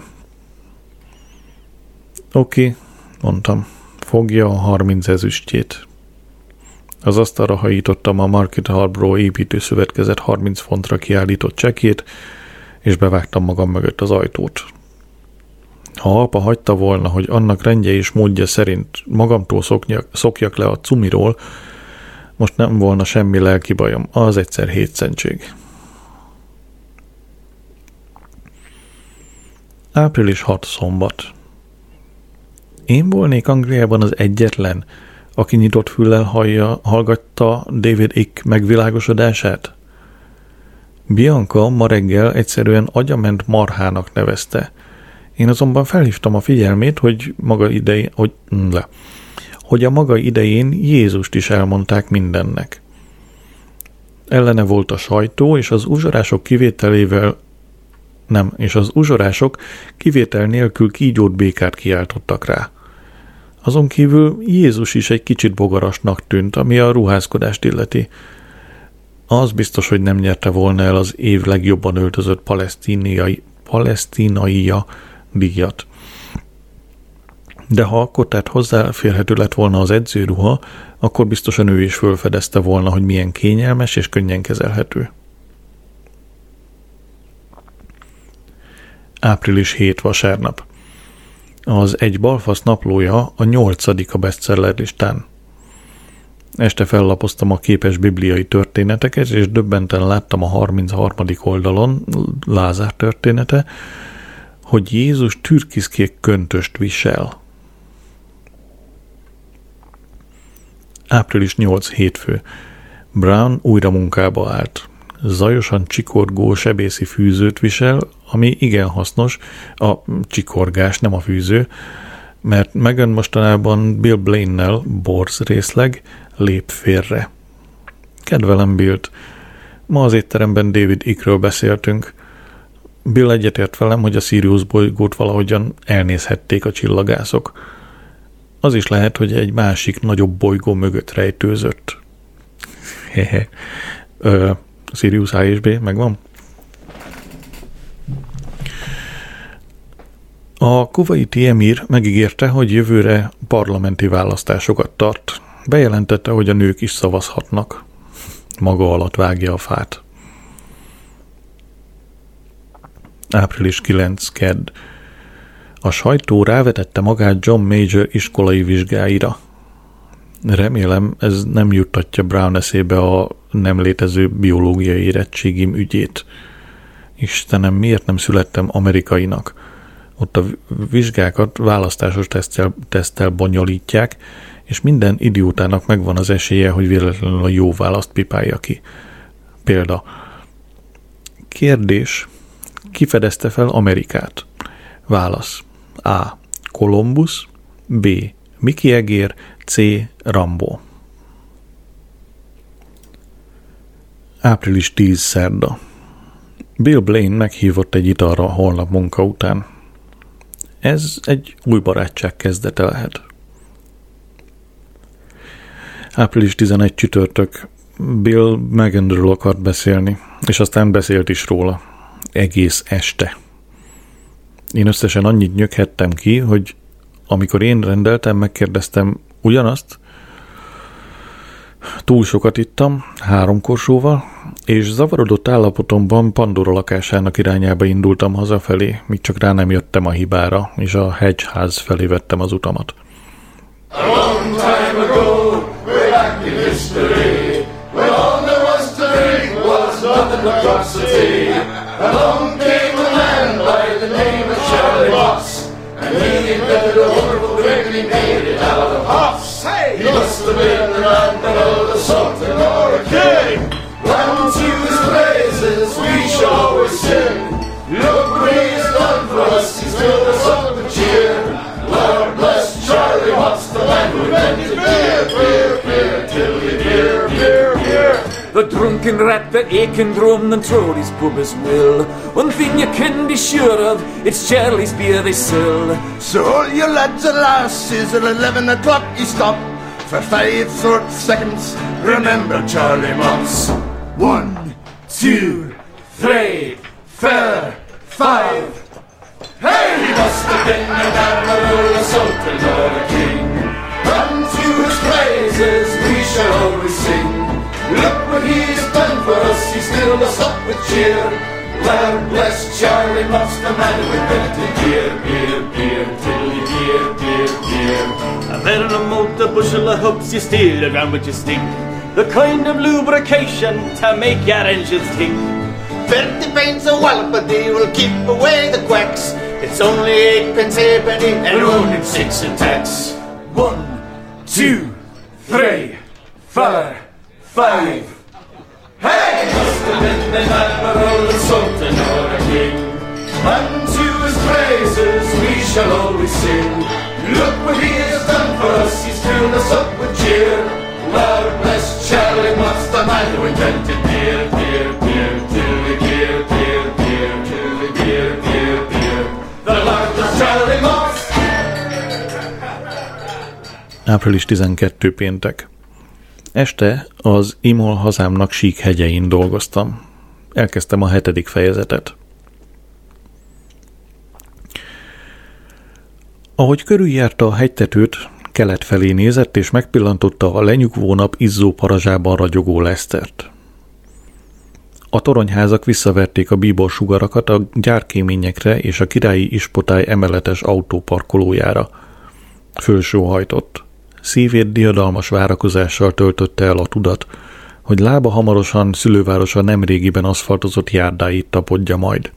Oké, mondtam. Fogja a 30 ezüstjét. Az asztalra hajítottam a Market Harborough építőszövetkezet 30 fontra kiállított csekkét, és bevágtam magam mögött az ajtót. Ha apa hagyta volna, hogy annak rendje és módja szerint magamtól szokjak le a cumiról, most nem volna semmi lelki bajom, az egyszer hétszentség. Április 6 szombat. Én volnék Angliában az egyetlen, aki nyitott füllel hallgatta David Icke megvilágosodását? Bianca ma reggel egyszerűen agyament marhának nevezte. Én azonban felhívtam a figyelmét, hogy a maga idején Jézust is elmondták mindennek. Ellene volt a sajtó, és az uzsorások kivétel nélkül kígyót békát kiáltottak rá. Azon kívül Jézus is egy kicsit bogarasnak tűnt, ami a ruházkodást illeti. Az biztos, hogy nem nyerte volna el az év legjobban öltözött palesztinaia díjat. De ha akkor tehát hozzáférhető lett volna az edzőruha, akkor biztosan ő is fölfedezte volna, hogy milyen kényelmes és könnyen kezelhető. Április 7 vasárnap. Az Egy balfasz naplója a 8. a bestseller listán. Este fellapoztam a képes bibliai történeteket, és döbbenten láttam a 33. oldalon, Lázár története, hogy Jézus türkiszkék köntöst visel. Április 8 hétfő. Brown újra munkába állt. Zajosan csikorgó sebészi fűzőt visel, ami igen hasznos, a csikorgás, nem a fűző, mert Megan mostanában Bill Blaine-nel, borz részleg, lép félre. Kedvelem Billt. Ma az étteremben David Icke-ről beszéltünk. Bill egyetért velem, hogy a Sirius bolygót valahogyan elnézhették a csillagászok. Az is lehet, hogy egy másik, nagyobb bolygó mögött rejtőzött. Sirius A és B, megvan? A kuvaiti emír megígérte, hogy jövőre parlamenti választásokat tart. Bejelentette, hogy a nők is szavazhatnak. Maga alatt vágja a fát. Április 9. kedd. A sajtó rávetette magát John Major iskolai vizsgáira. Remélem, ez nem juttatja Brown eszébe a nem létező biológiai érettségim ügyét. Istenem, miért nem születtem amerikainak? Ott a vizsgákat választásos teszttel bonyolítják, és minden idiótának megvan az esélye, hogy véletlenül a jó választ pipálja ki. Példa. Kérdés. Ki fedezte fel Amerikát? Válasz. A. Columbus. B. Mickey Egér. C. Rambo. Április 10. szerda. Bill Blaine meghívott egy italra holnap munka után. Ez egy új barátság kezdete lehet. Április 11. csütörtök. Bill Meganről akart beszélni, és aztán beszélt is róla. Egész este. Én összesen annyit nyöghettem ki, hogy amikor én rendeltem, megkérdeztem ugyanazt, túl sokat ittam, 3 korsóval, és zavarodott állapotomban Pandora lakásának irányába indultam hazafelé, míg csak rá nem jöttem a hibára, és a hegyház felé vettem az utamat. A long time ago, way back in history, when all there was to drink was nothing but drops of tea, along came a man by the name of Charlie Watts. He must have been an admiral, a sultan, or a king. And to his praises we shall always sing. Look what he has done for us, he's filled us up with cheer. Lord bless Charlie Watts, the man who invented beer, beer, beer, tilly, beer, beer, beer. The drunken rat, the aching drum, and Trody's pub as well. One thing you can be sure of, it's Charlie's beer they sell. So all you lads and lasses at 11 o'clock you stop for 5 short seconds. Remember Charlie Moss. 1, 2, 3, 4, 5. Hey! He must have been an admiral, a sultan, or a king. And to his praises we shall always sing. Look what he's done for us, he's filled us up with cheer. Lord bless Charlie Moss, the man who invented beer, beer, beer, tiddly beer, beer, beer. And then in a malt a bushel of hooks you steal around with your stick. The kind of lubrication to make your engines tick. 30 pence a wallop a day will keep away the quacks. It's only 8 pence halfpenny and only 6 in tax. 1, 2, 3, 4, 5. Hey! Must have been an admiral, a sultan, or a king. And to his praises we shall always sing. Look what he has done for us, he's filled us up with cheer. Lord bless Charlie Watts, the man who invented beer, beer, beer, tilly, beer, beer, beer, tilly, beer, beer, beer. The Lord bless Charlie Watts. Április 12 péntek. Este az Imol hazámnak sík hegyein dolgoztam. Elkezdtem a 7. fejezetet. Ahogy körüljárta a hegytetőt, kelet felé nézett, és megpillantotta a lenyugvó nap izzó parazsában ragyogó Lestert. A toronyházak visszaverték a bíbor sugarakat a gyárkéményekre és a királyi ispotály emeletes autóparkolójára. Fölsóhajtott. Szívét diadalmas várakozással töltötte el a tudat, hogy lába hamarosan szülővárosa nemrégiben aszfaltozott járdáit tapodja majd.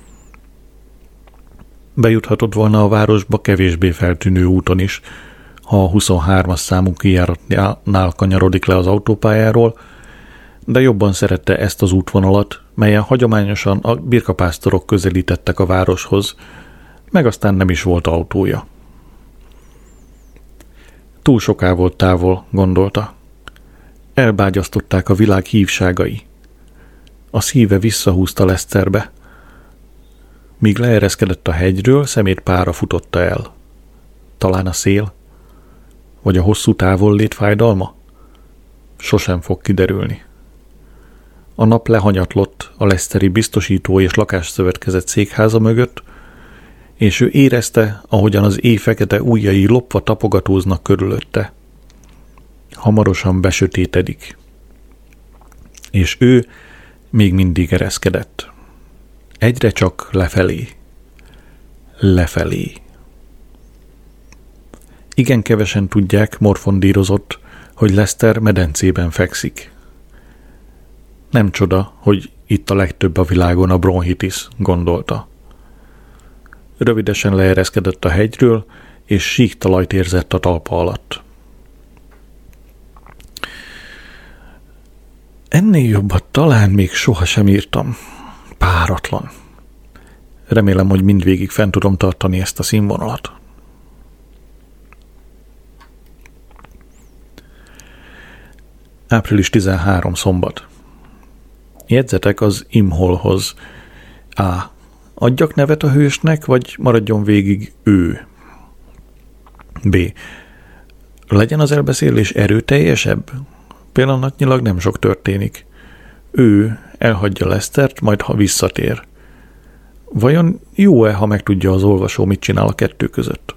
Bejuthatott volna a városba kevésbé feltűnő úton is, ha a 23-as számú kijáratnál kanyarodik le az autópályáról, de jobban szerette ezt az útvonalat, melyen hagyományosan a birkapásztorok közelítettek a városhoz, meg aztán nem is volt autója. Túl soká volt távol, gondolta. Elbágyasztották a világ hívságai. A szíve visszahúzta Lesterbe. Míg leereszkedett a hegyről, szemét pára futotta el. Talán a szél? Vagy a hosszú távollét fájdalma? Sosem fog kiderülni. A nap lehanyatlott a Lesteri biztosító és lakásszövetkezet székháza mögött, és ő érezte, ahogyan az éj fekete ujjai lopva tapogatóznak körülötte. Hamarosan besötétedik. És ő még mindig ereszkedett. Egyre csak lefelé. Lefelé. Igen kevesen tudják, morfondírozott, hogy Lester medencében fekszik. Nem csoda, hogy itt a legtöbb a világon a bronchitis, gondolta. Rövidesen leereszkedett a hegyről, és síktalajt érzett a talpa alatt. Ennél jobbat talán még sohasem írtam. Páratlan. Remélem, hogy mindvégig fent tudom tartani ezt a színvonalat. Április 13. szombat. Jegyzetek az Imholhoz. A. Adjak nevet a hősnek, vagy maradjon végig ő? B. Legyen az elbeszélés erőteljesebb? Pillanatnyilag nem sok történik. Ő elhagyja Lestert, majd ha visszatér. Vajon jó-e, ha megtudja az olvasó, mit csinál a kettő között?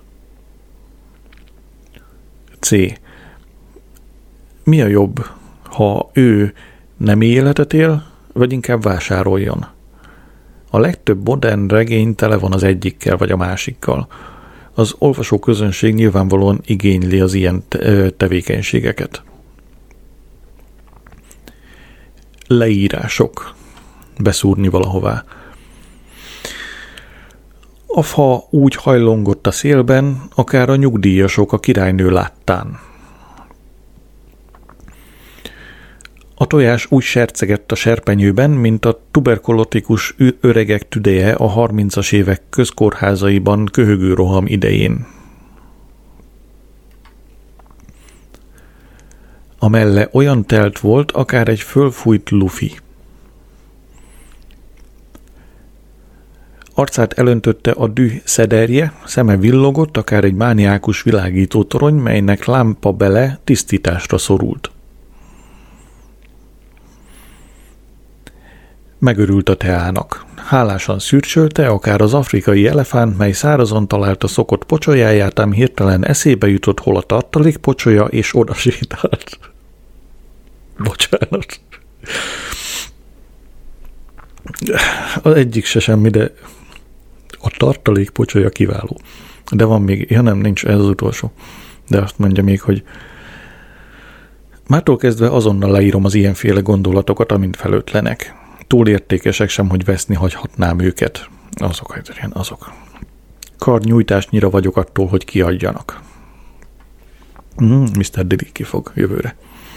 C. Mi a jobb, ha ő nem életet él, vagy inkább vásároljon? A legtöbb modern regény tele van az egyikkel vagy a másikkal. Az olvasó közönség nyilvánvalóan igényli az ilyen tevékenységeket. Leírások. Beszúrni valahová. A fa úgy hajlongott a szélben, akár a nyugdíjasok a királynő láttán. A tojás úgy sercegett a serpenyőben, mint a tuberkulotikus öregek tüdeje a 30-as évek közkórházaiban köhögő roham idején. A melle olyan telt volt, akár egy fölfújt lufi. Arcát elöntötte a düh szederje, szeme villogott, akár egy mániákus világító torony, melynek lámpa bele tisztításra szorult. Megörült a teának. Hálásan szürcsölte, akár az afrikai elefánt, mely szárazon találta szokott pocsolyáját, ám hirtelen eszébe jutott, hol a tartalék pocsolya, és oda sétált. Bocsánat. Az egyik se semmi, de a tartalék pocsolya kiváló. De van még, nincs, ez az utolsó. De azt mondja még, hogy mától kezdve azonnal leírom az ilyenféle gondolatokat, amint felőtlenek. Túl értékesek sem, hogy veszni hagyhatnám őket. Azok. Karnyújtásnyira vagyok attól, hogy kiadjanak. Mr. Diddy kifog jövőre.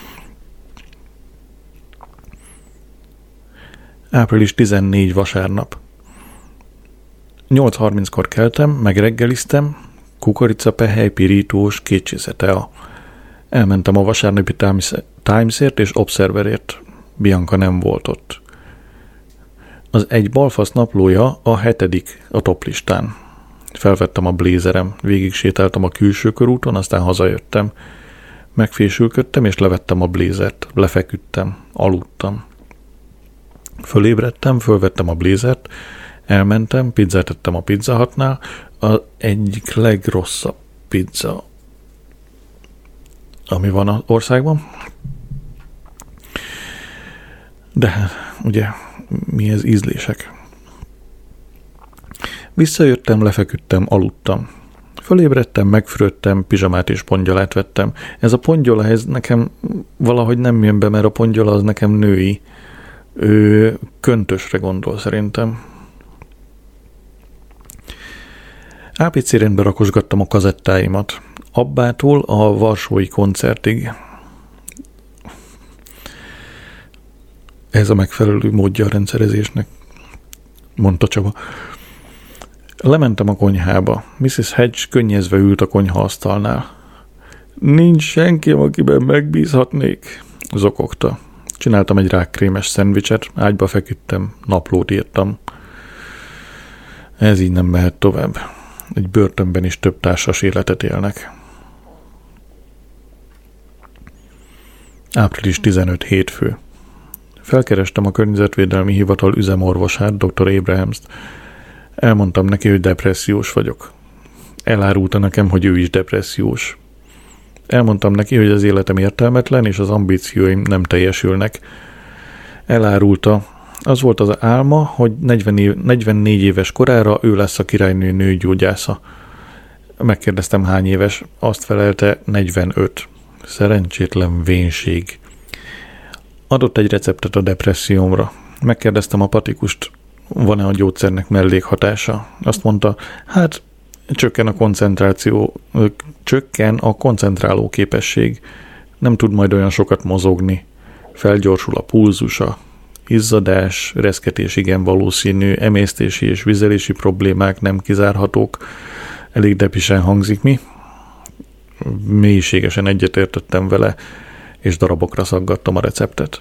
Április 14 vasárnap. 8:30-kor keltem, megreggeliztem, kukoricapehely, pirítós, 2 csésze tea. Elmentem a vasárnapi Timesért és Observerért. Bianca nem volt ott. Az egy balfasz naplója a 7. a toplistán. Felvettem a blézerem, végig sétáltam a külső körúton, aztán hazajöttem. Megfésülködtem és levettem a blézert. Lefeküdtem, aludtam. Fölébredtem, fölvettem a blézert, elmentem, pizzát ettem a Pizza Hutnál, az egyik legrosszabb pizza, ami van az országban. De ugye, mi ez ízlések? Visszajöttem, lefeküdtem, aludtam. Fölébredtem, megfürödtem, pizsamát és pongyolát vettem. Ez a pongyola, ez nekem valahogy nem jön be, mert a pongyola az nekem női. Ő köntösre gondol szerintem. ABC rendbe rakosgattam a kazettáimat. Abbától a varsói koncertig. Ez a megfelelő módja a rendszerezésnek, mondta Csaba. Lementem a konyhába. Mrs. Hedge könnyezve ült a konyhaasztalnál. Nincs senki, akiben megbízhatnék, zokogta. Csináltam egy rákkrémes szendvicset, ágyba feküdtem, naplót írtam. Ez így nem mehet tovább. Egy börtönben is több társas életet élnek. Április 15 hétfő. Felkerestem a Környezetvédelmi Hivatal üzemorvosát, dr. Abrahamst. Elmondtam neki, hogy depressziós vagyok. Elárulta nekem, hogy ő is depressziós. Elmondtam neki, hogy az életem értelmetlen, és az ambícióim nem teljesülnek. Elárulta, az volt az álma, hogy 44 éves korára ő lesz a királynő nőgyógyásza. Megkérdeztem, hány éves, azt felelte 45. Szerencsétlen vénség. Adott egy receptet a depressziómra. Megkérdeztem a patikust, van-e a gyógyszernek mellékhatása. Azt mondta, hát csökken a koncentráló képesség, nem tud majd olyan sokat mozogni, felgyorsul a pulzusa, izzadás, reszketés igen valószínű, emésztési és vizelési problémák nem kizárhatók, elég depisen hangzik mi. Mélységesen egyetértettem vele, és darabokra szaggattam a receptet.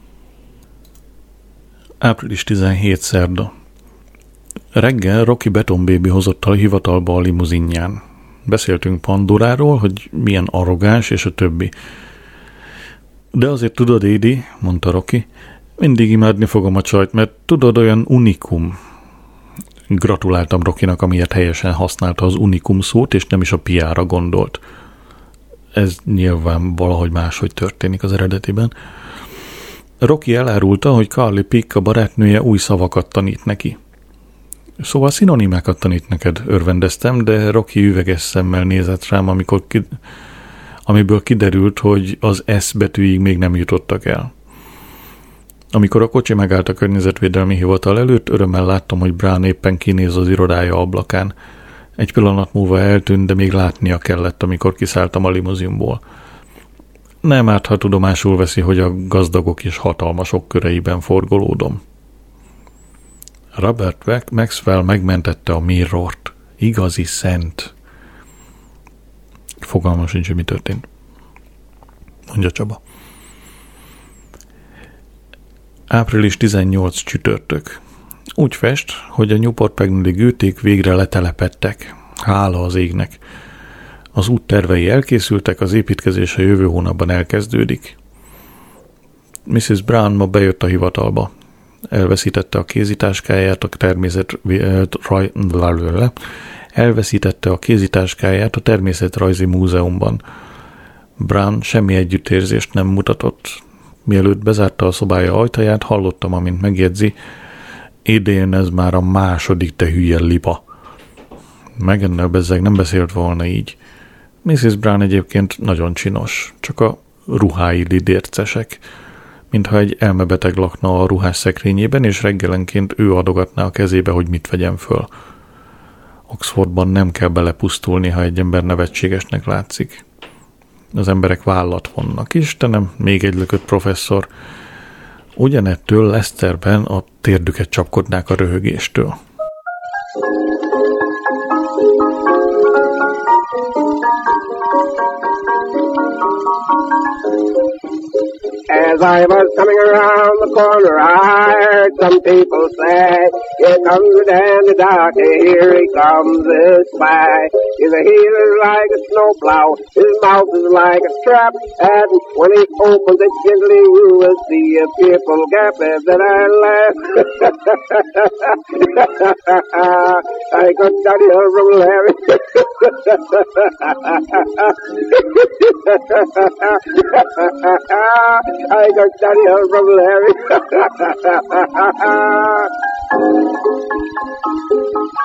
Április 17 szerda. Reggel Rocky Betonbaby hozott a hivatalba a limuzinján. Beszéltünk Pandoráról, hogy milyen arrogáns, és a többi. De azért tudod, Édi, mondta Rocky, mindig imádni fogom a csajt, mert tudod, olyan unikum. Gratuláltam Rockynak, amiért helyesen használta az unikum szót, és nem is a piára gondolt. Ez nyilván valahogy máshogy történik az eredetiben. Rocky elárulta, hogy Carly Pick, a barátnője, új szavakat tanít neki. Szóval szinonimákat tanít neked, örvendeztem, de Rocky üveges szemmel nézett rám, amiből kiderült, hogy az S betűig még nem jutottak el. Amikor a kocsi megállt a Környezetvédelmi Hivatal előtt, örömmel láttam, hogy Brown éppen kinéz az irodája ablakán. Egy pillanat múlva eltűnt, de még látnia kellett, amikor kiszálltam a limuzinból. Nem árt, ha tudomásul veszi, hogy a gazdagok és hatalmasok köreiben forgolódom. Robert Maxwell megmentette a Mirrort. Igazi szent. Fogalmam sincs, hogy mi történt. Mondja Csaba. Április 18 csütörtök. Úgy fest, hogy a Newport Pagnelli gőték végre letelepedtek. Hála az égnek. Az út tervei elkészültek, az építkezés a jövő hónapban elkezdődik. Mrs. Brown ma bejött a hivatalba. Elveszítette a kézitáskáját a Természetrajzi Múzeumban. Brown semmi együttérzést nem mutatott. Mielőtt bezárta a szobája ajtaját, hallottam, amint megjegyzi, idén ez már a második, te hülye liba. Megennel bezzeg nem beszélt volna így. Mrs. Brown egyébként nagyon csinos, csak a ruhái lidércesek, mintha egy elmebeteg lakna a ruhás szekrényében, és reggelenként ő adogatná a kezébe, hogy mit vegyen föl. Oxfordban nem kell belepusztulni, ha egy ember nevetségesnek látszik. Az emberek vállat vonnak. Istenem, még egy lökött professzor. Ugyanettől Leicesterben a térdüket csapkodnák a röhögéstől. As I was coming around the corner, I heard some people say, here comes the dandy doctor, here he comes this way. His heel is like a snowplow, his mouth is like a trap, and when he opens it gently, you will see a fearful gap that I laugh. I got Daddy from Larry. I got Daddy from Larry.